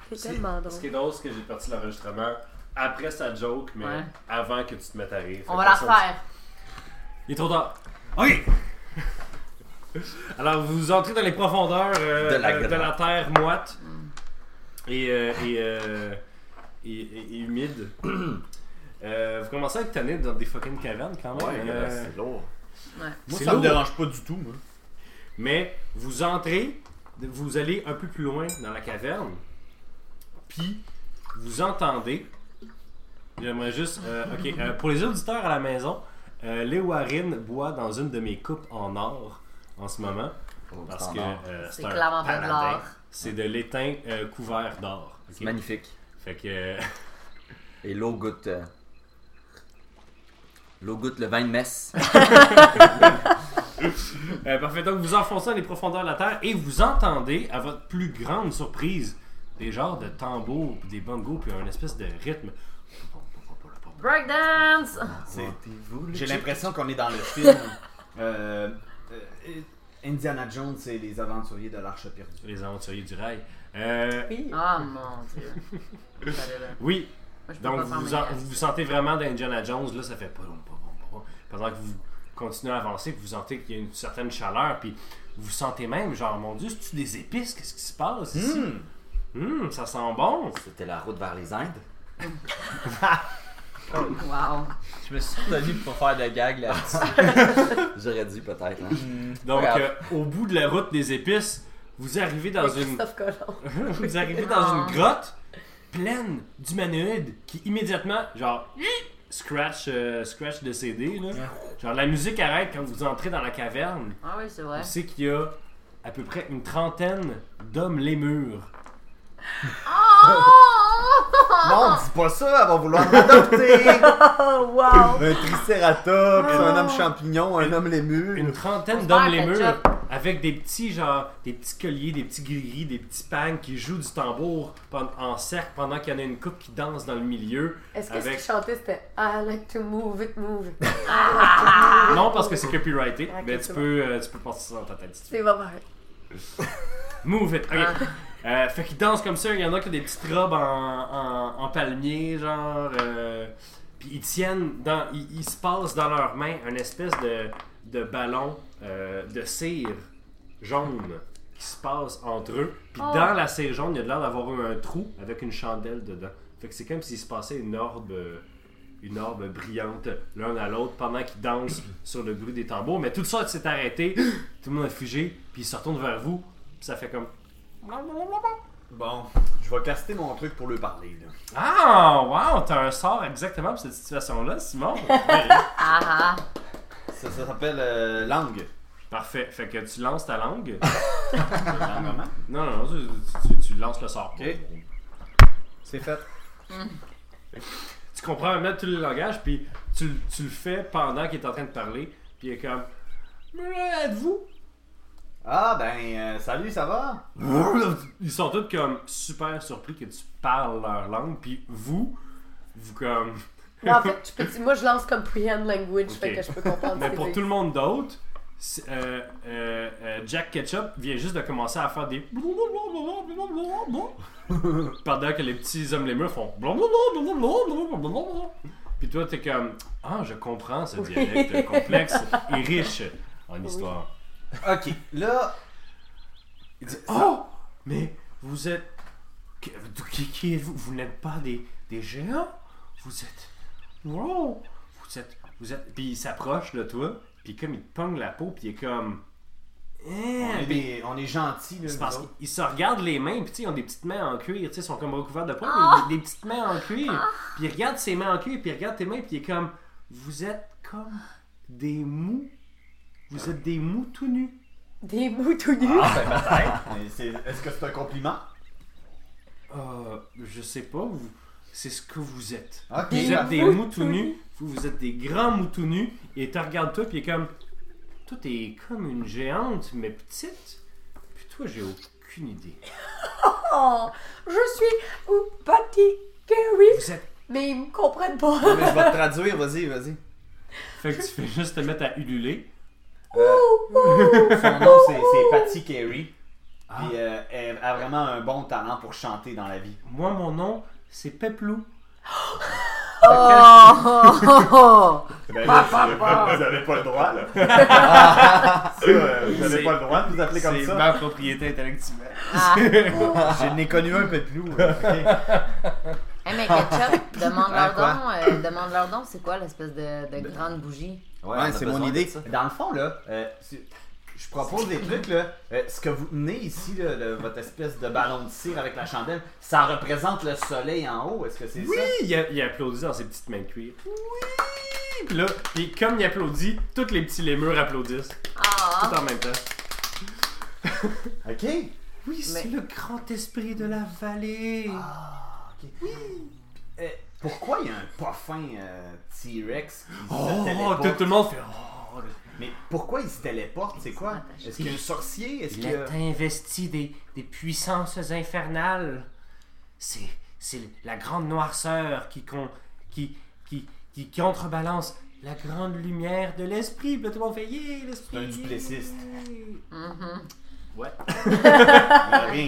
C'est tellement drôle. Ce qui est drôle, c'est que j'ai parti l'enregistrement après sa joke, mais avant que tu te mettes à rire. On va la refaire. Il est trop tard. OK! Alors, vous entrez dans les profondeurs de la terre moite et humide. Vous commencez à être tanné dans des fucking cavernes quand même. Ouais, c'est lourd. Ouais. Moi, ça me dérange pas du tout, moi. Mais vous entrez, vous allez un peu plus loin dans la caverne, puis vous entendez. J'aimerais juste. Pour les auditeurs à la maison, Léoarine boit dans une de mes coupes en or en ce moment. Parce que C'est un clairement pas de paladin. l'or. C'est de l'étain couvert d'or. C'est magnifique. Fait que. Et l'eau goûte le vin de messe. Parfait. Donc vous enfoncez dans les profondeurs de la terre et vous entendez, à votre plus grande surprise, des genres de tambours, puis des bongos, puis un espèce de rythme. Breakdance! J'ai l'impression qu'on est dans le film Indiana Jones et les aventuriers de l'Arche perdue. Les aventuriers du rail. Oui. Ah mon dieu. Oui. Moi, je peux Donc pas faire vous meilleur. vous sentez vraiment d'Indiana Jones, là ça fait pas pendant que vous continuez à avancer, puis vous sentez qu'il y a une certaine chaleur, puis vous sentez même genre mon dieu, c'est-tu des épices, qu'est-ce qui se passe ici? Ça sent bon. C'était la route vers les Indes. Wow. Je me suis tenu pour faire de gags là-dessus. J'aurais dû peut-être. Hein? Donc Regarde. au bout de la route des épices, vous arrivez dans une Christophe Colomb. vous arrivez dans une grotte pleine d'humanoïdes qui immédiatement genre scratch le CD là. Genre la musique arrête quand vous entrez dans la caverne. Ah oui, c'est vrai. Vous savez qu'il y a à peu près une trentaine d'hommes lémures. Non, dis pas ça, elle va vouloir m'adopter. Oh, wow! Un tricératops, un homme champignon, un homme lémur. Une trentaine On d'hommes se fait lémures ketchup. avec des petits colliers, des petits gris-gris, des petits pangs qui jouent du tambour en cercle pendant qu'il y en a une couple qui danse dans le milieu. Est-ce que avec... ce qu'il chantait c'était I like to move it, move it. Non, parce que c'est copyrighté, Ok, mais c'est tu peux penser ça dans ta tête. Si tu veux. C'est pas vrai. Move it, ok. Fait qu'ils dansent comme ça, il y en a qui ont des petites robes en palmier, genre. Puis ils tiennent, ils se passent dans leurs mains une espèce de ballon de cire jaune qui se passe entre eux. Puis dans la cire jaune, il y a l'air d'avoir un trou avec une chandelle dedans. Fait que c'est comme s'il se passait une orbe brillante l'un à l'autre pendant qu'ils dansent sur le bruit des tambours. Mais tout ça s'est arrêté, tout le monde a figé, puis ils se retournent vers vous, puis ça fait comme... Bon, je vais caster mon truc pour lui parler. Là. Ah, wow, t'as un sort exactement pour cette situation-là, Simon. Ah Ça s'appelle langue. Parfait, fait que tu lances ta langue. Vraiment? Non, tu lances le sort. Ok. C'est fait. Tu comprends même tout le langage, puis tu le fais pendant qu'il est en train de parler, puis il est comme... Mais êtes-vous? Ah ben, salut, ça va? Ils sont tous comme super surpris que tu parles leur langue, puis vous comme... Non, en fait, moi je lance comme prehend language, Ok. fait que je peux comprendre. Mais ce pour que tout le monde d'autre, Jack Ketchup vient juste de commencer à faire des... pendant que les petits hommes lémures font... Puis toi, t'es comme... Ah, je comprends ce dialecte complexe et riche en histoire. Ok, là, Il dit, oh, mais vous êtes... Qui êtes-vous? Vous n'êtes pas des géants? Vous êtes... Wow! Vous êtes... Puis il s'approche de toi, puis comme il te pogne la peau, puis il est comme... on est gentils, là. C'est nous parce autres. qu'ils se regardent les mains, puis tu sais, ils ont des petites mains en cuir, tu sais, ils sont comme recouverts de poils, mais des petites mains en cuir. Puis il regarde ses mains en cuir, puis il regarde tes mains, puis il est comme... Vous êtes comme des mous. Vous êtes des mous tout nus. Des mous tout nus. Ah ben peut-être. Mais est-ce que c'est un compliment? Je sais pas, c'est ce que vous êtes. Ok. Vous êtes des mous mous tout tout nus, vous êtes des grands mous tout nus, et il te regarde toi, puis il est comme... Toi, t'es comme une géante, mais petite. Puis toi, j'ai aucune idée. Oh, je suis Patty Carey. Vous êtes... Mais ils me comprennent pas. Non, mais je vais te traduire, vas-y. Fait que tu fais juste te mettre à ululer. Son nom c'est Patty Carey. Puis elle a vraiment un bon talent pour chanter dans la vie. Moi, mon nom, c'est Peplou. Oh! Ben là, vous avez pas le droit, là. Ça, vous avez pas le droit de vous appeler comme C'est ça. ma propriété intellectuelle. Ah. J'en ai connu un peu plus. Hey, mais Ketchup, Quoi? demande leur don, c'est quoi l'espèce de grande bougie? Ouais, c'est mon idée. Dans le fond, là, je propose des trucs, là. Ce que vous tenez ici, là, votre espèce de ballon de cire avec la chandelle, ça représente le soleil en haut. Est-ce que c'est Oui, ça? il applaudit dans ses petites mains de cuir. Oui! Puis là, puis comme il applaudit, tous les petits lémurs applaudissent. Ah! Tout en même temps. Ok. Oui, c'est le grand esprit de la vallée. Ok. Oui. Pourquoi il y a un parfum T-Rex qui se Oh, téléporte? tout le monde fait oh. Mais pourquoi il se téléporte? C'est quoi? Est-ce qu'il y a un sorcier? Est-ce qu'il y a... investi des puissances infernales. C'est la grande noirceur qui contrebalance la grande lumière de l'esprit. Puis là, tout le monde fait yeah, l'esprit. C'est un duplessiste. Ouais. Rien.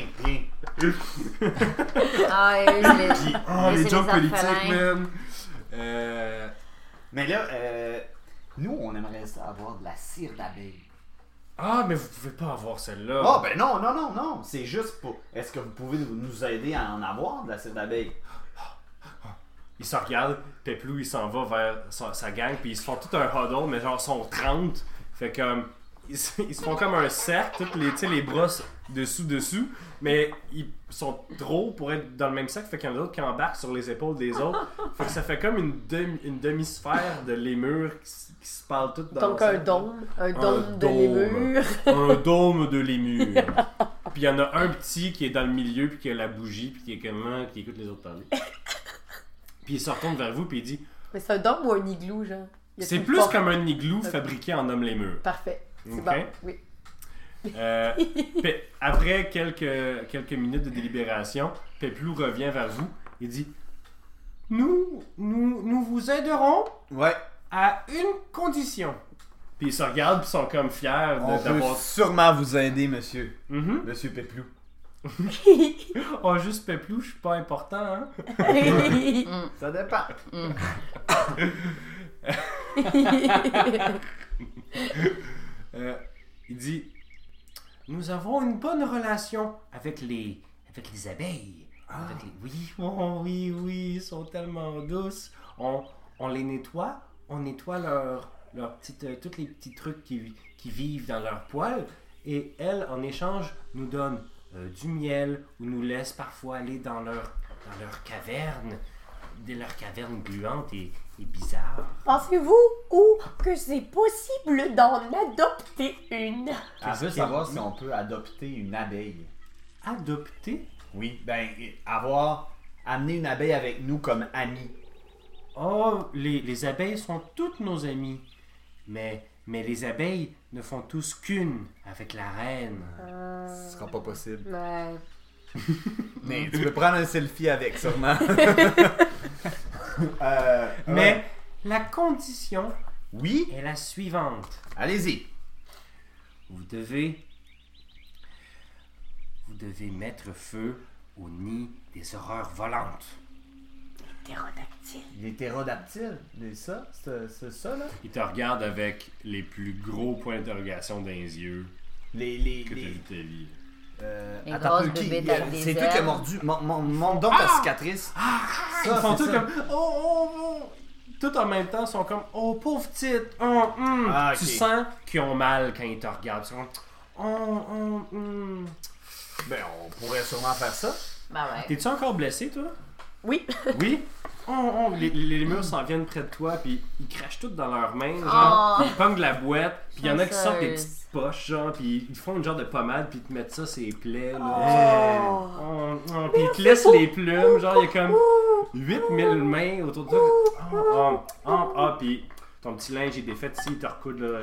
Ah, et eux, Les jokes politiques, orphelins. man. Mais là, nous, on aimerait ça avoir de la cire d'abeille. Ah, mais vous pouvez pas avoir celle-là. Ah, ben non. C'est juste pour... Est-ce que vous pouvez nous aider à en avoir de la cire d'abeille? Ils se regardent, Peplou, il s'en va vers sa gang, puis ils se font tout un huddle, mais genre, ils sont 30. Fait comme... Ils se font comme un cercle, les bras dessous, mais ils sont trop pour être dans le même cercle, fait qu'il y en a d'autres qui embarquent sur les épaules des autres. Fait que ça fait comme une demi-sphère de lémurs qui se parlent toutes dans Donc le un cercle. dôme de lémur. Un dôme de lémur. Puis il y en a un petit qui est dans le milieu, puis qui a la bougie, puis qui est comme qui écoute les autres parler. Puis il se retourne vers vous, puis il dit Mais c'est un dôme ou un igloo, genre? Y a-t-il c'est une plus forme? comme un igloo fabriqué en homme lémur. Parfait. C'est Ok. bon, oui. Après quelques minutes de délibération, Peplou revient vers vous et dit nous vous aiderons Ouais. à une condition. Puis ils se regardent puis sont comme fiers On peut d'avoir. sûrement vous aider, monsieur. Mhm. Monsieur Peplou. Oh, juste Peplou, je suis pas important, hein? Ça dépend. Il dit nous avons une bonne relation avec les abeilles. Oui, ils sont tellement douces. On les nettoie, on nettoie leur petites, tous les petits trucs qui vivent dans leur poils. Et elles, en échange, nous donnent du miel ou nous laissent parfois aller dans leur caverne, leur caverne gluante et bizarre. Pensez-vous ou que c'est possible d'en adopter une? On veut savoir si on peut adopter une abeille. Adopter? Oui, ben, amener une abeille avec nous comme amie. Oh, les abeilles sont toutes nos amies. Mais les abeilles ne font tous qu'une avec la reine. Ce sera pas possible. Ouais. Mais tu peux prendre un selfie avec, sûrement. Mais la condition Oui, est la suivante. allez-y. Vous devez mettre feu au nid des horreurs volantes. Ptérodactyle. Les ptérodactyles, c'est ça, là? Il te regarde avec les plus gros points d'interrogation dans les yeux Les que tu as vu de ta vie. Les attends grosses un peu, bébés avec des c'est toi qui as ailes. mordu. Montre donc ta cicatrice. Ils font c'est tout ça. comme oh. Tout en même temps, ils sont comme oh pauvre petite. Ah, ok. Tu sens qu'ils ont mal quand ils te regardent. Ils sont comme Ben, on pourrait sûrement faire ça. Ben ouais. T'es-tu encore blessé, toi? Oui. Oui? Les murs s'en viennent près de toi, puis ils crachent tout dans leurs mains, genre, Oh. ils pognent de la boîte, puis il y en a qui sortent des Chanceuse. petites poches, genre, puis ils font une genre de pommade, puis ils te mettent ça sur les plaies, là. Puis ils te laissent les plumes, genre, il y a comme 8000 mains autour de toi. Puis ton petit linge est défait ici, il te recoudre, là.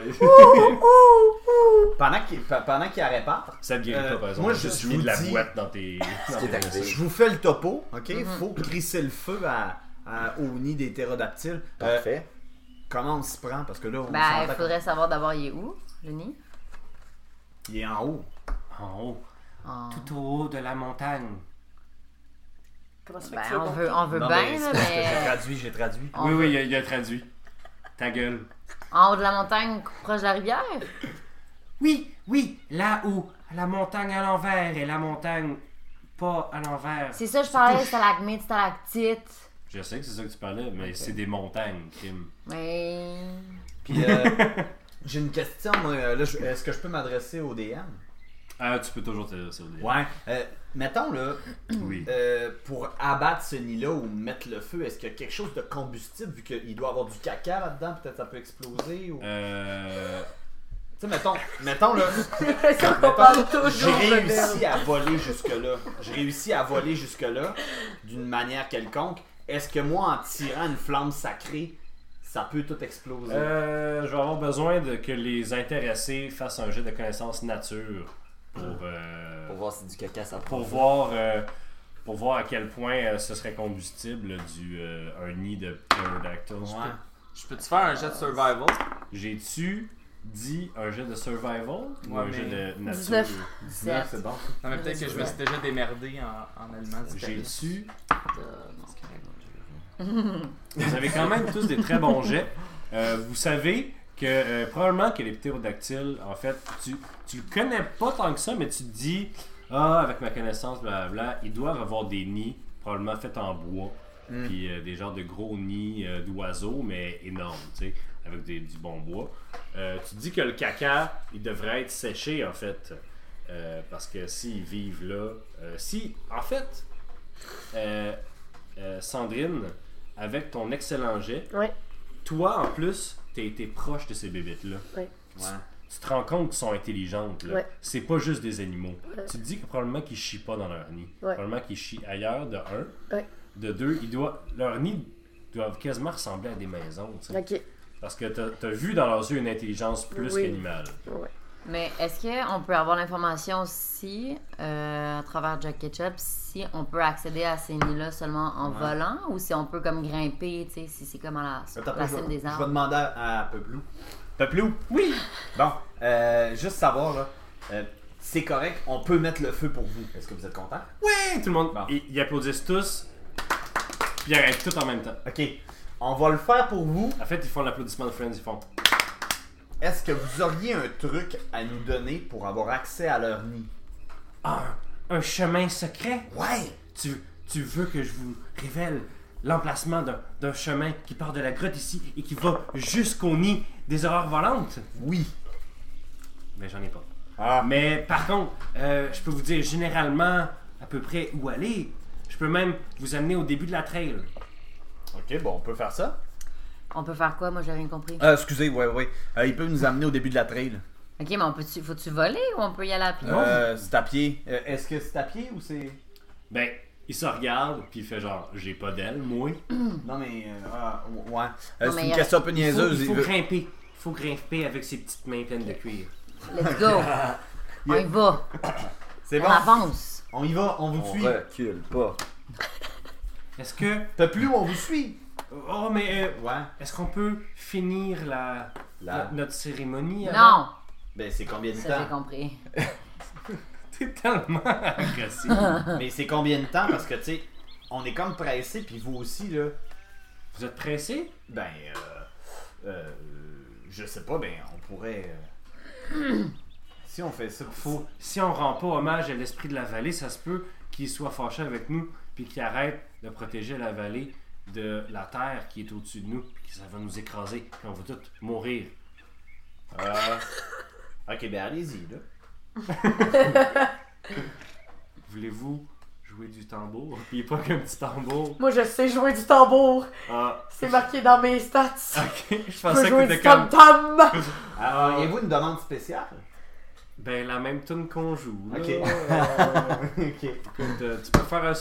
Pendant qu'il répare, Ça te guérit pas, par exemple. moi, T'as je juste mis vous de la dis- boîte dans tes... Ce qui est arrivé. je vous fais le topo, ok? Faut crisser le feu au nid des ptérodactyles. Parfait. Comment on s'y prend? Parce que là, on Ben, il s'entend faudrait savoir d'abord il est où, le nid. qu'il est en haut. En haut. Oh. tout au haut de la montagne. Comment ça fait Ben, que tu veux on veut Non, bien, mais là, c'est parce que mais... j'ai traduit. On Oui, veut- il a traduit. Ta gueule. En haut de la montagne, proche de la rivière? Oui, là où la montagne à l'envers et la montagne pas à l'envers. C'est ça, je parlais de stalagmite, stalactite. Je sais que c'est ça que tu parlais, mais c'est des montagnes, Kim. Mais... Puis j'ai une question, moi. Là, est-ce que je peux m'adresser au DM? Ah, tu peux toujours t'adresser au DM. Ouais. Mettons, là, Oui. pour abattre ce nid-là ou mettre le feu, est-ce qu'il y a quelque chose de combustible, vu qu'il doit y avoir du caca là-dedans, peut-être ça peut exploser ou... Tu sais, mettons là, J'ai l'impression qu'on parle toujours j'ai de réussi à voler jusque-là. J'ai réussi à voler jusque-là d'une manière quelconque. Est-ce que moi, en tirant une flamme sacrée, ça peut tout exploser? Je vais avoir besoin de que les intéressés fassent un jet de connaissance nature pour voir si du caca ça prend. pour voir à quel point ce serait combustible un nid de pterodactyl. Ouais. Je peux-tu faire un jet de survival? J'ai-tu dit un jet de survival ou Ouais, un jet mais- de nature? 19. 17. C'est bon. Non, mais peut-être que je me suis déjà démerdé en allemand. J'ai-tu... Non. Vous avez quand même tous des très bons jets. Vous savez que probablement que les ptérodactyles, en fait, tu le connais pas tant que ça, mais tu te dis, avec ma connaissance, blablabla, ils doivent avoir des nids, probablement faits en bois, puis des genres de gros nids d'oiseaux, mais énormes, tu sais, avec du bon bois. Tu te dis que le caca, il devrait être séché, en fait, parce que s'ils vivent là, Sandrine, avec ton excellent jet, Ouais. toi, en plus, t'as été proche de ces bébites-là. Ouais. Ouais. Tu te rends compte qu'ils sont intelligentes. Là. Ouais. C'est pas juste des animaux. Ouais. Tu te dis que probablement qu'ils chient pas dans leur nid. Ouais. Probablement qu'ils chient ailleurs, de un. Ouais. De deux, leurs nids doivent quasiment ressembler à des maisons. Tu sais. Ok. Parce que t'as vu dans leurs yeux une intelligence plus Oui. qu'animale. Ouais. Mais est-ce qu'on peut avoir l'information aussi, à travers Jack Ketchup, si on peut accéder à ces nids-là seulement en volant ou si on peut comme grimper, tu sais, si c'est comme à Attends, la je cime des vais arbres? demander à Peuplou. Peuplou? Oui! Bon, juste savoir, là, c'est correct, on peut mettre le feu pour vous. Est-ce que vous êtes content? Ouais! Tout le monde, Bon. ils applaudissent tous, puis ils arrêtent tout en même temps. Ok, on va le faire pour vous. En fait, ils font l'applaudissement de Friends, ils font... Est-ce que vous auriez un truc à nous donner pour avoir accès à leur nid? Un chemin secret? Ouais! Tu veux que je vous révèle l'emplacement d'un chemin qui part de la grotte ici et qui va jusqu'au nid des horreurs volantes? Oui. Mais j'en ai pas. Ah. Mais par contre, je peux vous dire généralement à peu près où aller. Je peux même vous amener au début de la trail. Ok, bon, on peut faire ça. On peut faire quoi? Moi, j'ai rien compris. Excusez, ouais. Il peut nous amener au début de la trail. Ok, mais faut-tu voler ou on peut y aller à pied? C'est à pied. Est-ce que c'est à pied ou c'est... Ben, il se regarde puis il fait genre, j'ai pas d'aile, moi. Non, mais... ouais. Non, c'est mais une question un peu Il niaiseuse. faut veut- grimper. Il faut grimper avec ses petites mains pleines de cuir. Let's go! On y va! C'est On bon. avance! On y va, on vous suit. recule pas. Est-ce que... Peuplou, on vous suit. Oh, mais... Ouais. est-ce qu'on peut finir notre cérémonie avant? Non! Ben, c'est combien de Ça, j'ai temps? compris. T'es tellement agressif. Mais c'est combien de temps? Parce que, tu sais, on est comme pressé, puis vous aussi, là. Vous êtes pressé? Ben, je sais pas, ben, on pourrait... si on fait ça, Si on rend pas hommage à l'esprit de la vallée, ça se peut qu'il soit fâché avec nous puis qu'il arrête de protéger la vallée de la terre qui est au-dessus de nous puis que ça va nous écraser puis on va tous mourir. Ok, ben, allez-y, là. Voulez-vous jouer du tambour? Puis il est pas qu'un petit tambour. Moi, je sais jouer du tambour. Ah, C'est marqué dans mes stats. ok. Je Je pensais peux que jouer t'étais du comme... tam-tam. Avez-vous une demande spéciale? Ben, la même tune qu'on joue. Là. Ok. Ok. Écoute, tu peux faire un...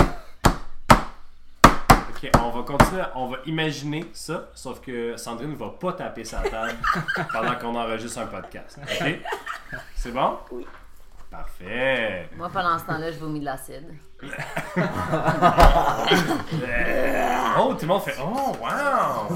Ok, on va continuer, on va imaginer ça, sauf que Sandrine ne va pas taper sa table pendant qu'on enregistre un podcast. Ok? C'est bon? Oui. Parfait. Moi, pendant ce temps-là, je vomis de l'acide. Oh, tout le monde fait oh, wow!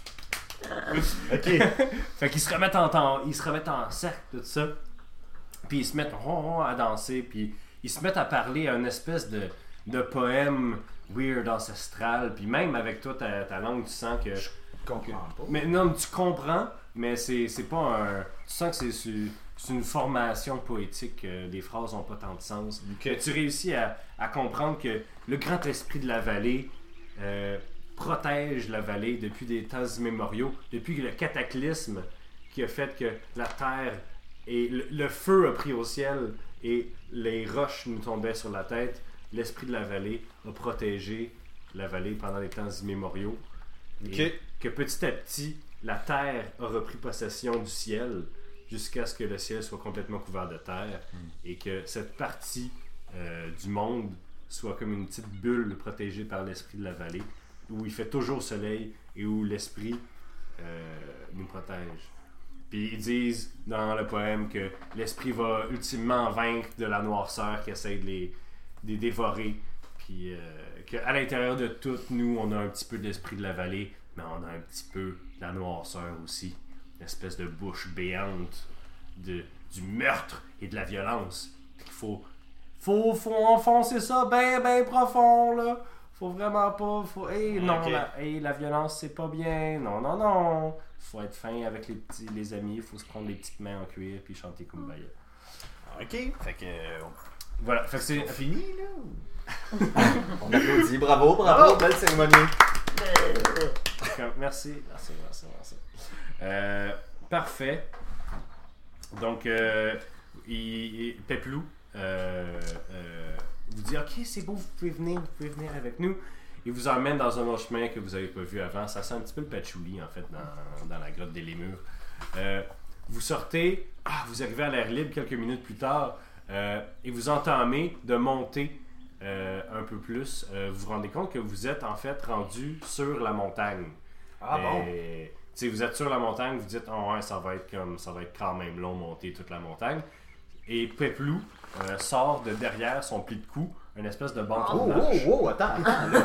Ok. Fait qu'ils se remettent ils se remettent en cercle, tout ça. Puis Puis ils se mettent à danser, puis ils se mettent à parler une espèce de poème weird, ancestral. Puis même avec toi, ta langue, tu sens que... Je comprends pas. Mais non, tu comprends, mais c'est pas un... Tu sens que c'est une formation poétique, les phrases n'ont pas tant de sens. Mais tu réussis à comprendre que le grand esprit de la vallée protège la vallée depuis des temps immémoriaux, depuis le cataclysme qui a fait que la terre et le feu a pris au ciel et les roches nous tombaient sur la tête. L'esprit de la vallée a protégé la vallée pendant les temps immémoriaux. Et que petit à petit, la terre a repris possession du ciel jusqu'à ce que le ciel soit complètement couvert de terre et que cette partie du monde soit comme une petite bulle protégée par l'esprit de la vallée où il fait toujours soleil et où l'esprit nous protège. Puis ils disent dans le poème que l'esprit va ultimement vaincre de la noirceur qui essaie de les dévorer. Puis qu'à l'intérieur de tout, nous, on a un petit peu de l'esprit de la vallée, mais on a un petit peu de la noirceur aussi. Une espèce de bouche béante du meurtre et de la violence. Il faut enfoncer ça ben profond, là. Faut vraiment pas... non, la violence, c'est pas bien. Non. Faut être fin avec les amis. Faut se prendre les petites mains en cuir puis chanter Kumbaya. Ok, fait que... Voilà, fait que c'est fini, là? On applaudit, bravo, belle cérémonie. Merci. Parfait. Donc, Peplou vous dit « Ok, c'est beau, vous pouvez venir avec nous. » Il vous emmène dans un autre chemin que vous n'avez pas vu avant. Ça sent un petit peu le patchouli, en fait, dans la grotte des Lémurs. Vous sortez, vous arrivez à l'air libre quelques minutes plus tard et vous entamez de monter un peu plus. Vous vous rendez compte que vous êtes, en fait, rendu sur la montagne. Ah bon? Vous êtes sur la montagne, vous dites « Oh ouais, ça va être quand même long monter toute la montagne. » Et Peplou sort de derrière son pli de cou une espèce de bâton de marche. Attends,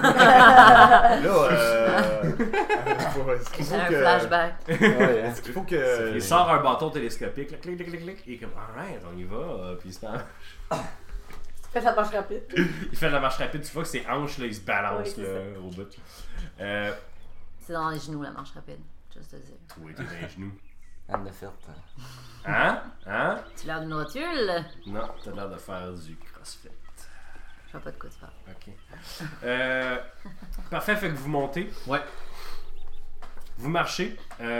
est-ce qu'il faut Un que... flashback. Est-ce qu'il faut que... Il sort un bâton télescopique, clic, et il est comme « Alright, on y va. » Puis il se Fais la marche rapide. il fait de la marche rapide, tu vois que ses hanches, là, il se balance Oui, là, au bout. C'est dans les genoux, la marche rapide. Juste te dire. Oui, t'es dans les genoux. Anne de Ferte. Hein? Tu l'air d'une rotule? Non, t'as l'air de faire du crossfit. Je vois pas de quoi tu parles. Ok. Parfait, fait que vous montez. Ouais. Vous marchez.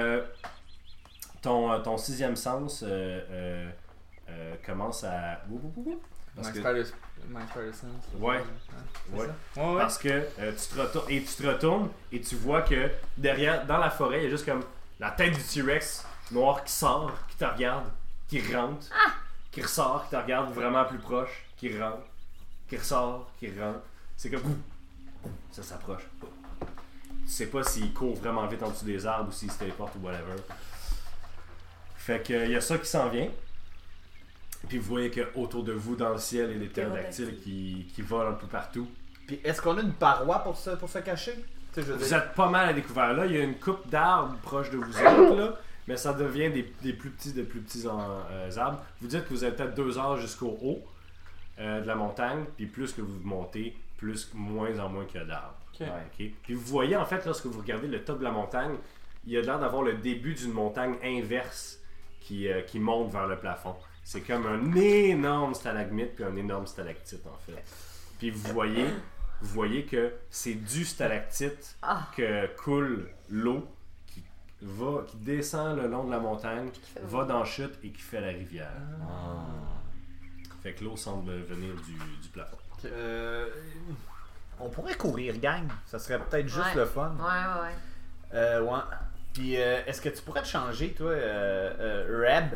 Ton sixième sens commence à... Parce que... Ouais. Parce que tu te retournes et tu vois que derrière, dans la forêt, il y a juste comme la tête du T-Rex noir qui sort, qui te regarde, qui rentre, qui ressort, qui te regarde vraiment plus proche, qui rentre, qui ressort, qui rentre. C'est comme ça s'approche. Tu sais pas s'il court vraiment vite en dessous des arbres ou s'il se téléporte ou whatever. Fait que il y a ça qui s'en vient. Puis vous voyez qu'autour de vous, dans le ciel, il y a des ptérodactyles qui volent un peu partout. Puis est-ce qu'on a une paroi pour se cacher? Vous êtes pas mal à découvert là. Il y a une coupe d'arbres proche de vous autres, là, mais ça devient des plus petits arbres. Vous dites que vous avez peut-être 2 heures jusqu'au haut de la montagne, puis plus que vous montez, moins en moins qu'il y a d'arbres. Okay. Puis vous voyez, en fait, lorsque vous regardez le top de la montagne, il y a l'air d'avoir le début d'une montagne inverse qui monte vers le plafond. C'est comme un énorme stalagmite puis un énorme stalactite, en fait. Puis vous voyez que c'est du stalactite que coule l'eau qui descend le long de la montagne, va dans la chute et qui fait la rivière. Fait que l'eau semble venir du plafond. On pourrait courir, gang. Ça serait peut-être juste le fun. Ouais. Puis est-ce que tu pourrais te changer, toi, Reb?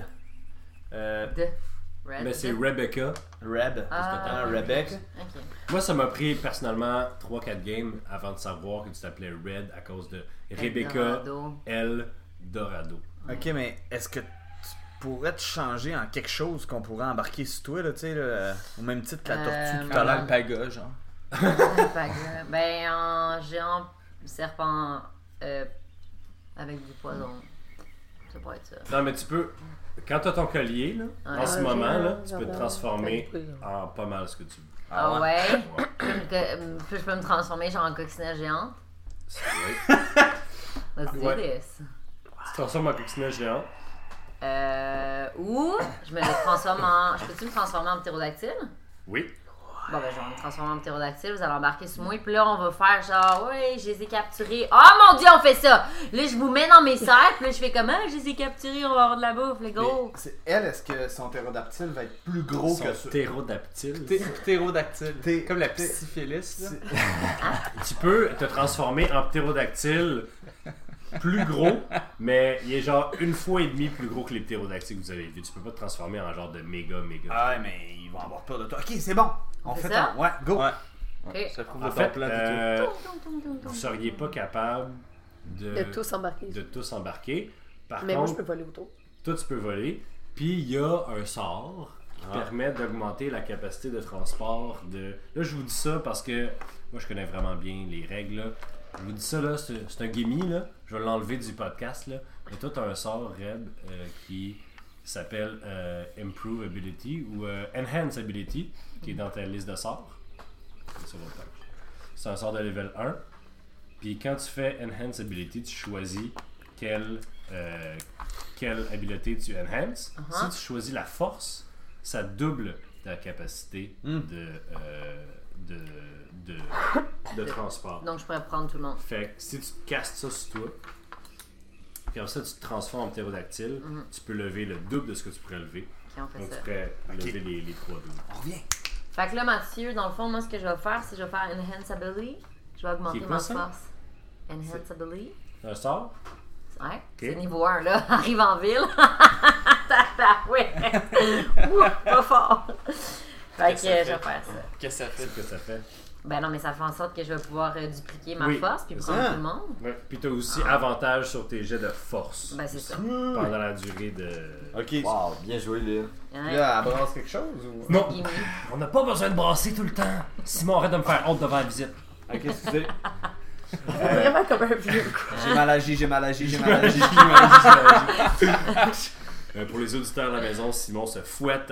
Mais c'est Rebecca. Rebecca. Ok. Moi, ça m'a pris personnellement 3-4 games avant de savoir que tu t'appelais Red à cause de Rebecca El Dorado. Ok, mais est-ce que tu pourrais te changer en quelque chose qu'on pourrait embarquer sur toi, là, tu sais, au même titre que la tortue tout à l'heure? Alpaga, genre. Ben, en géant serpent avec du poison. Ça pourrait être ça. Non, mais tu peux. Quand t'as ton collier, là, en ce Ah, moment, j'ai- là, tu peux te j'adore. transformer T'as dit quoi, en pas mal ce que tu veux. Ah ouais? Ouais. Puis je peux me transformer genre en coccinelle géante. Oui. Let's do Ouais. this. Tu te transformes en coccinelle géant. Ou je me le transforme en. Je peux-tu me transformer en ptérodactyle? Oui. Bon, ben, je vais me transformer en ptérodactyle, vous allez embarquer sur moi, puis là, on va faire genre, ouais, je les ai capturés. Oh mon dieu, on fait ça! Là, je vous mets dans mes cercles, puis là, je fais comment? Je les ai capturés, on va avoir de la bouffe, les gros. Elle, est-ce que son ptérodactyle va être plus gros que Son ça? ptérodactyle. Ptérodactyle. Comme la psyphilis, là. Tu peux te transformer en ptérodactyle plus gros, mais il est genre 1,5 fois plus gros que les ptérodactyles que vous avez vus. Tu peux pas te transformer en genre de méga. Ah ouais, mais ils vont avoir peur de toi. Ok, c'est bon. On C'est fait ça? un. Ouais, go. Ouais. Ok. Ça prouve En le fait, bon plan du tout. vous seriez pas capable De tous embarquer. de tous embarquer. Par Mais moi, je contre, peux voler autour. toi, tu peux voler. Puis il y a un sort qui permet d'augmenter la capacité de transport de... Là, je vous dis ça parce que moi, je connais vraiment bien les règles. Là. Je vous dis ça, là, c'est un gimme, là. Je vais l'enlever du podcast, là. Mais toi, tu as un sort, Reb, qui s'appelle Improve Ability ou Enhance Ability, qui est dans ta liste de sorts. C'est un sort de level 1. Puis quand tu fais Enhance Ability, tu choisis quelle habileté tu enhances. Si tu choisis la force, ça double ta capacité de transport. Donc, je pourrais prendre tout le monde. Fait que si tu te castes ça sur toi, puis après ça tu te transformes en ptérodactyle, tu peux lever le double de ce que tu pourrais lever. Ok, on fait Donc tu ça. pourrais lever les 3 doubles. On revient. Fait que là, Mathieu, dans le fond, moi, ce que je vais faire, c'est que je vais faire Enhance Ability. Je vais augmenter C'est quoi ma ça? force. Enhance Ability. Un sort? Ouais, c'est niveau 1, là. Arrive en ville. Ouais. Ouh, pas fort. Fait que je vais faire ça. Qu'est-ce que ça fait? Qu'est-ce que ça fait? Ben non, mais ça fait en sorte que je vais pouvoir dupliquer ma Oui, force puis c'est prendre ça. tout le monde. Ouais. Puis tu as aussi avantage sur tes jets de force Ben c'est ça. pendant la durée de... Ok. Wow, bien joué, là. Ouais. Là, elle brasse quelque chose ou. Non! Gimme. On n'a pas besoin de brasser tout le temps! Simon, arrête de me faire honte devant la visite. Ok, excusez. Vraiment comme un vieux. J'ai mal agi, j'ai mal agi, j'ai mal agi. Pour les auditeurs à la maison, Simon se fouette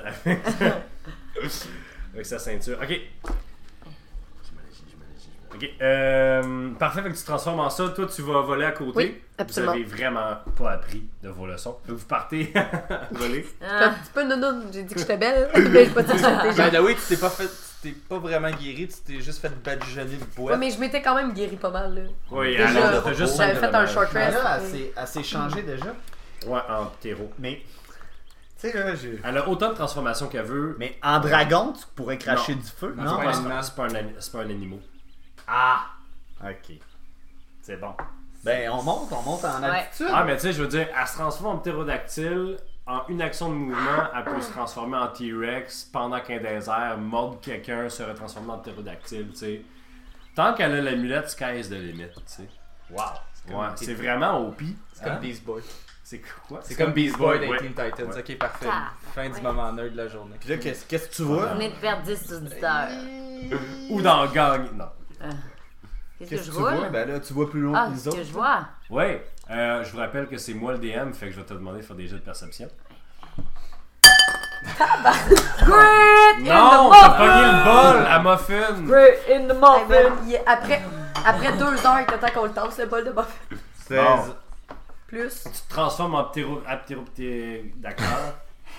avec sa ceinture. Ok. Ok. Parfait, fait que tu te transformes en ça. Toi, tu vas voler à côté. Oui, absolument. Vous avez vraiment pas appris de vos leçons. Donc, vous partez voler. Un petit peu nounoun. J'ai dit que j'étais belle. Mais j'ai pas dit que j'étais Ben là, oui, tu t'es pas vraiment guéri, tu t'es juste fait badigeonner de Ouais, boîte. mais je m'étais quand même guérie pas mal, là. Oui, Déjà, alors, t'as juste j'avais 5 fait un short Mais rest. là, elle s'est changée déjà. Ouais, en ptéro. Mais. Tu sais, là, j'ai. Elle a autant de transformations qu'elle veut. Mais en dragon, tu pourrais cracher Non. du feu, Non, non? c'est pas C'est un pas, c'est pas un, c'est pas un animal. Ah! Ok. C'est bon. Ben, on monte en Ouais. altitude. Ah, mais tu sais, je veux dire, elle se transforme en ptérodactyle. En une action de mouvement, elle peut se transformer en T-Rex pendant qu'elle est dans les airs, mordre quelqu'un, se retransformer en ptérodactyle, tu sais. Tant qu'elle a l'amulette, sky's the limit, tu sais. Wow. Ouais, c'est vraiment OP. C'est comme Beast Boy. C'est quoi? C'est comme Beast Boy dans ouais. Teen Titans. Ouais. Ok, parfait. Ah, Fin du ouais. moment nerd de la journée. Puis là, qu'est-ce que tu vois? On venez de perdre 10 auditeurs. Ou dans Gang. Non. Qu'est-ce que Qu'est-ce je que tu vois? vois? Ben là, tu vois plus loin Ah, que les ce que autres. je vois. Ouais, je vous rappelle que c'est moi le DM, fait que je vais te demander de faire des jeux de perception. Great Non, t'as pogné le bol à Muffin! Great in the Eh muffin. ben, après 2 heures, il était temps qu'on le tasse, le bol de buff. 16. Bon. Plus. Tu te transformes en d'accord.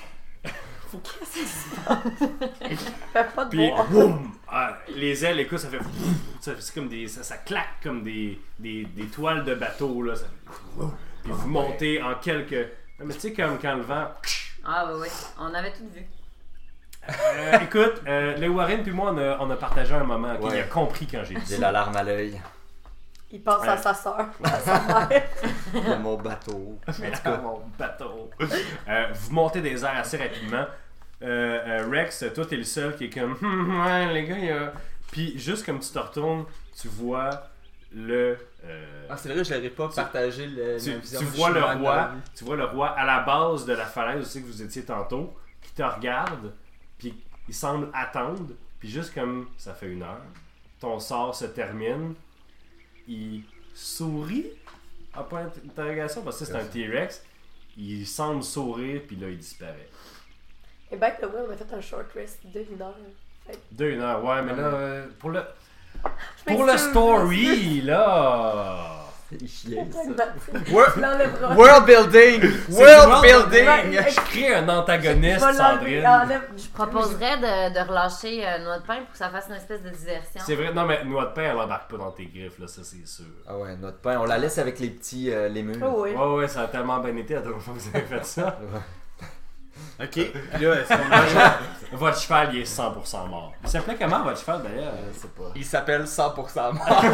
Fais pas de Puis, boire. boum! Ah, les ailes, écoute, ça fait. C'est comme des. Ça claque comme des toiles de bateau, là. Ça fait, puis vous montez en quelques. Non, mais tu sais, comme quand le vent. Ah, bah oui, on avait tout vu. Écoute, les Warren puis moi, on a partagé un moment. Ok, Ouais. il a compris quand j'ai dit J'ai ça. la larme à l'œil. Il pense à sa soeur, à sa mère. De mon bateau. En tout cas, Mon bateau. Vous montez des airs assez rapidement. Rex, toi, t'es le seul qui est comme. Ouais, les gars, il y a. Puis, juste comme tu te retournes, tu vois le. Ah, c'est vrai, je l'aurais pas partagé ma vision tu du vois le chemin de roi, la vie. tu vois le roi à la base de la falaise aussi que vous étiez tantôt, qui te regarde, puis il semble attendre, puis juste comme ça fait 1 heure, ton sort se termine, il sourit, à point d'interrogation, parce que c'est un T-Rex, il semble sourire, puis là, il disparaît. Et ben, là, ouais, on a fait un short rest de 1 heure. De 1 heure, ouais, mais là, pour le Je pour le m'excuse, story, là... C'est chiant, ça. Tu l'enlèveras. World building! C'est World du world building! Je crée un antagoniste, Je vais l'enlever. Sandrine. Enlève. Je proposerais de relâcher Noix de pain pour que ça fasse une espèce de diversion. C'est vrai, non, mais noix de pain, elle embarque pas dans tes griffes, là, ça, c'est sûr. Ah ouais, notre pain, on la laisse avec les petits lémules. Oh, oui. Ouais, ça a tellement bien été la dernière fois que vous avez fait ça. Ok, puis là, est-ce qu'on a. Votre cheval, il est 100% mort. Il s'appelait comment, votre cheval, d'ailleurs? Je sais pas. Il s'appelle 100% mort.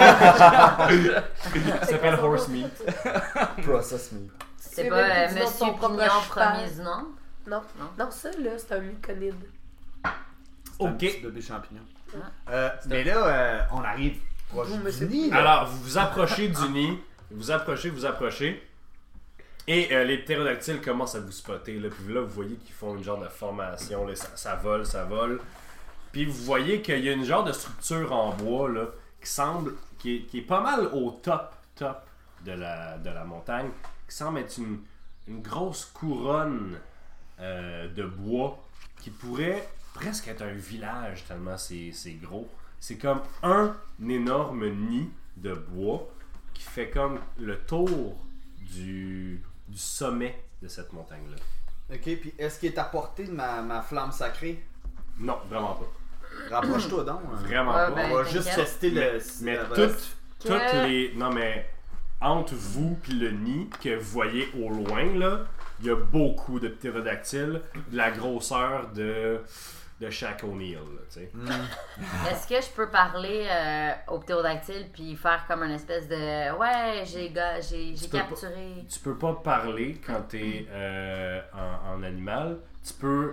Il s'appelle Horse Meat. Process me. C'est Tu pas veux que tu dises Monsieur ton propre Pignon cheval. premier du nom? Non. Non, ça, là, c'est un myconide. C'est un Ok. petit bébé champignon. Ah. Mais là, on arrive proche Vous, du monsieur. nid. là. Alors, vous vous approchez du nid, vous approchez, et les ptérodactyles commencent à vous spotter. Là, puis là, vous voyez qu'ils font une genre de formation, là, ça vole. Puis vous voyez qu'il y a une genre de structure en bois là, qui est pas mal au top de la montagne, qui semble être une grosse couronne de bois qui pourrait presque être un village tellement c'est gros. C'est comme un énorme nid de bois qui fait comme le tour du sommet de cette montagne-là. Ok, puis est-ce qu'il est à portée de ma flamme sacrée? Non, vraiment pas. Rapproche-toi donc. hein. Vraiment Ouais, pas. ben, On va juste t'inquiète. tester le. Mais le toutes reste. les... Non, mais entre vous et le nid que vous voyez au loin, là, il y a beaucoup de ptérodactyles de la grosseur de Shaq O'Neal, là, tu sais. Est-ce que je peux parler au ptérodactyle puis faire comme une espèce de ouais, j'ai Tu peux capturé. Tu peux pas parler quand t'es en animal. Tu peux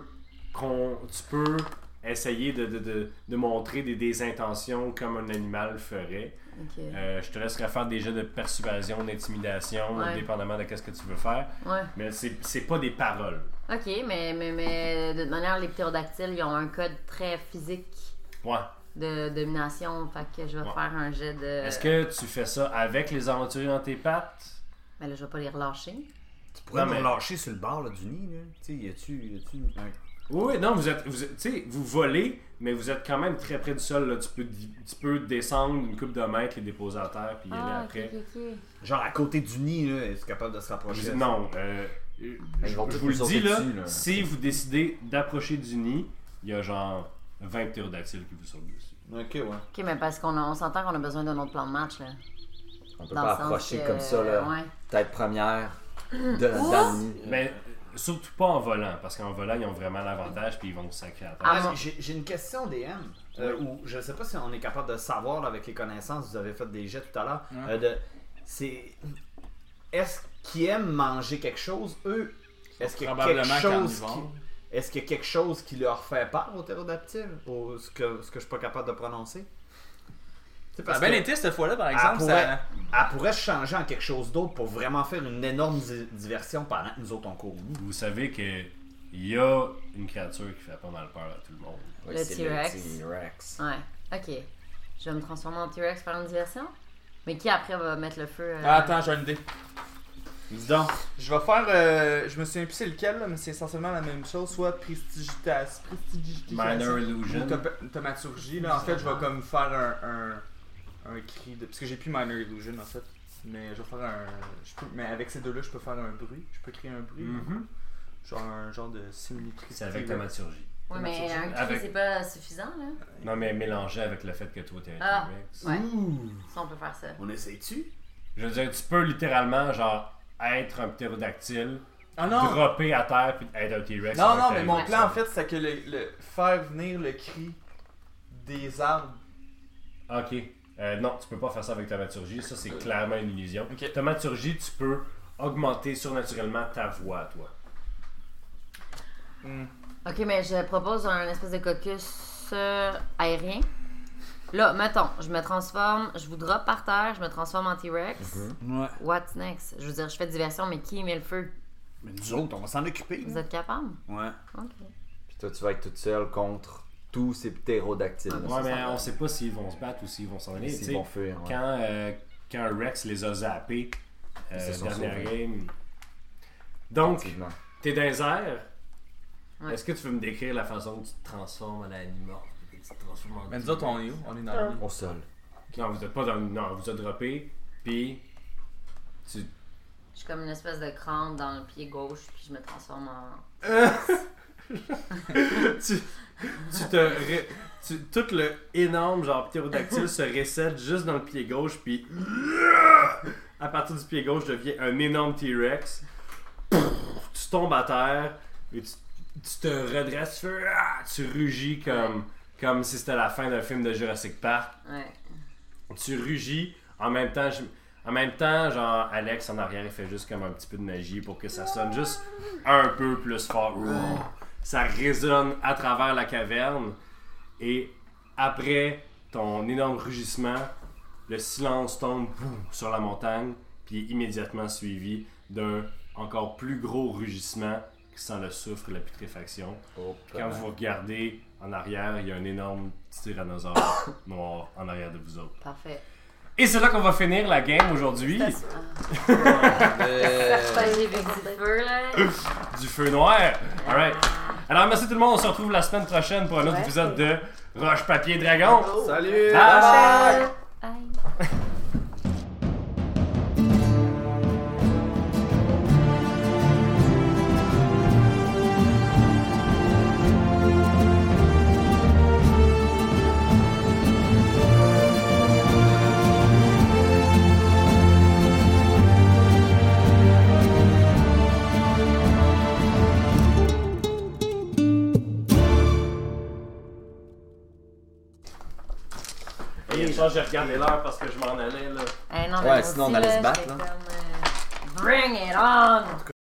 essayer de montrer des intentions comme un animal ferait. Ok. Je te laisserai faire des jeux de persuasion, d'intimidation, Ouais. dépendamment de ce que tu veux faire. Ouais. Mais c'est pas des paroles. Ok, mais de toute manière, les ptérodactyles, ils ont un code très physique Ouais. de domination. Fait que je vais Ouais. faire un jet de. Est-ce que tu fais ça avec les aventuriers dans tes pattes? Mais là, je vais pas les relâcher. Tu pourrais Non, me mais- lâcher sur le bord là, du nid, là. Tu sais, y a-tu un. Oui, non, tu sais, vous volez, mais vous êtes quand même très près du sol. Là. Tu peux descendre une couple de mètres, les déposer à terre, puis y aller après. ok. Genre à côté du nid, là, est-ce capable de se rapprocher? Non, Ils vont je tous vous le nous sauter dis, là, dessus, là. si vous décidez d'approcher du nid, il y a genre 20 ptérodactyles qui vous sautent dessus. Ok, ouais. Ok, mais parce on s'entend qu'on a besoin d'un autre plan de match, là. On peut Dans pas le sens approcher que- comme ça, là. Ouais. Tête première dans le nid. Mais surtout pas en volant, parce qu'en volant, ils ont vraiment l'avantage, puis ils vont vous sacrer à terre. Ah, bon. J'ai une question DM, où je sais pas si on est capable de savoir là, avec les connaissances, vous avez fait des jets tout à l'heure, est-ce qu'ils aiment manger quelque chose, eux? Est-ce qu'il y a quelque Probablement chose carnivores. est-ce qu'il y a quelque chose qui leur fait peur aux ptérodactyles? Ou ce que je suis pas capable de prononcer? Tu sais, Ça a bien été cette fois-là, par elle exemple. pourrait, elle pourrait se changer en quelque chose d'autre pour vraiment faire une énorme diversion pendant que nous autres on court. Vous savez que il y a une créature qui fait pas mal peur à tout le monde. Oui, Le c'est T-Rex. T-Rex. Ouais. Ok. Je vais me transformer en T-Rex par une diversion. Mais qui après va mettre le feu? Ah, attends, j'ai une idée. Dis donc. Je vais faire. Je me souviens plus c'est lequel, là, mais c'est essentiellement la même chose. Soit prestidigitation. Minor Illusion. Thaumaturgie, là. En fait, je vais comme faire un cri de. Parce que j'ai plus Minor Illusion, en fait. Mais je vais faire un. Mais avec ces deux-là, je peux faire un bruit. Je peux créer un bruit. Mhm. Genre un genre de simili-cri. C'est avec thaumaturgie. Oui, mais un cri, Avec- c'est pas suffisant, là. Non, mais mélangé avec le fait que toi, t'es un Ah. T-Rex. Ouais. Ouh. Ça, on peut faire ça. On essaye-tu? Je veux dire, tu peux littéralement, genre, être un ptérodactyle, Ah non! dropper à terre, puis être un T-Rex. Non, avec non, ta- mais mon Ouais. plan en fait, c'est que le faire venir le cri des arbres. Ok. Non, tu peux pas faire ça avec thaumaturgie. Ça, c'est clairement une illusion. Ok. Thaumaturgie, tu peux augmenter surnaturellement ta voix, toi. Hmm. Ok, mais je propose un espèce de caucus aérien. Là, mettons, je me transforme, je vous drop par terre, je me transforme en T-Rex. Ouais. What's next? Je veux dire, je fais diversion, mais qui met le feu? Mais nous autres, on va s'en occuper. Vous là. êtes capable? Ouais. Ok. Puis toi, tu vas être toute seule contre tous ces ptérodactyles. Ah, Ouais, mais ça va. on sait pas s'ils vont se battre ou s'ils vont s'en aller. Tu S'ils sais, vont fuir. Ouais. quand Rex les a zappés, Ils se sont dernière sauvés. game, Donc, Effectivement. t'es dans les airs. Ouais. Est-ce que tu veux me décrire la façon que tu te transformes en animal? Tu te transformes en Mais nous autres, on est où? On est dans le lit. Au sol. Non, vous êtes pas dans. Non, vous êtes droppé, puis. Tu. Je suis comme une espèce de crâne dans le pied gauche, puis je me transforme en. Tout le énorme genre ptérodactyle se récède juste dans le pied gauche, puis à partir du pied gauche devient un énorme T-Rex. Tu tombes à terre et tu te redresses, tu rugis comme si c'était la fin d'un film de Jurassic Park. Ouais. Tu rugis en même temps. Genre Alex en arrière il fait juste comme un petit peu de magie pour que ça sonne juste un peu plus fort. Ça résonne à travers la caverne et après ton énorme rugissement, le silence tombe sur la montagne puis est immédiatement suivi d'un encore plus gros rugissement qui sent le soufre et la putréfaction. Oh, Quand vous regardez en arrière, il y a un énorme tyrannosaure noir en arrière de vous autres. Parfait. Et c'est là qu'on va finir la game aujourd'hui. Certain, j'ai vu du feu, là. Du feu noir. Alright. Alors merci tout le monde, on se retrouve la semaine prochaine pour un autre épisode de Roche Papier Dragon. Salut! Bye! Aïe. Et ça, j'ai regardé l'heure parce que je m'en allais là. Eh non, Ouais, mais moi sinon, on aussi, allait là, se battre, j'étais là. comme, Bring it on!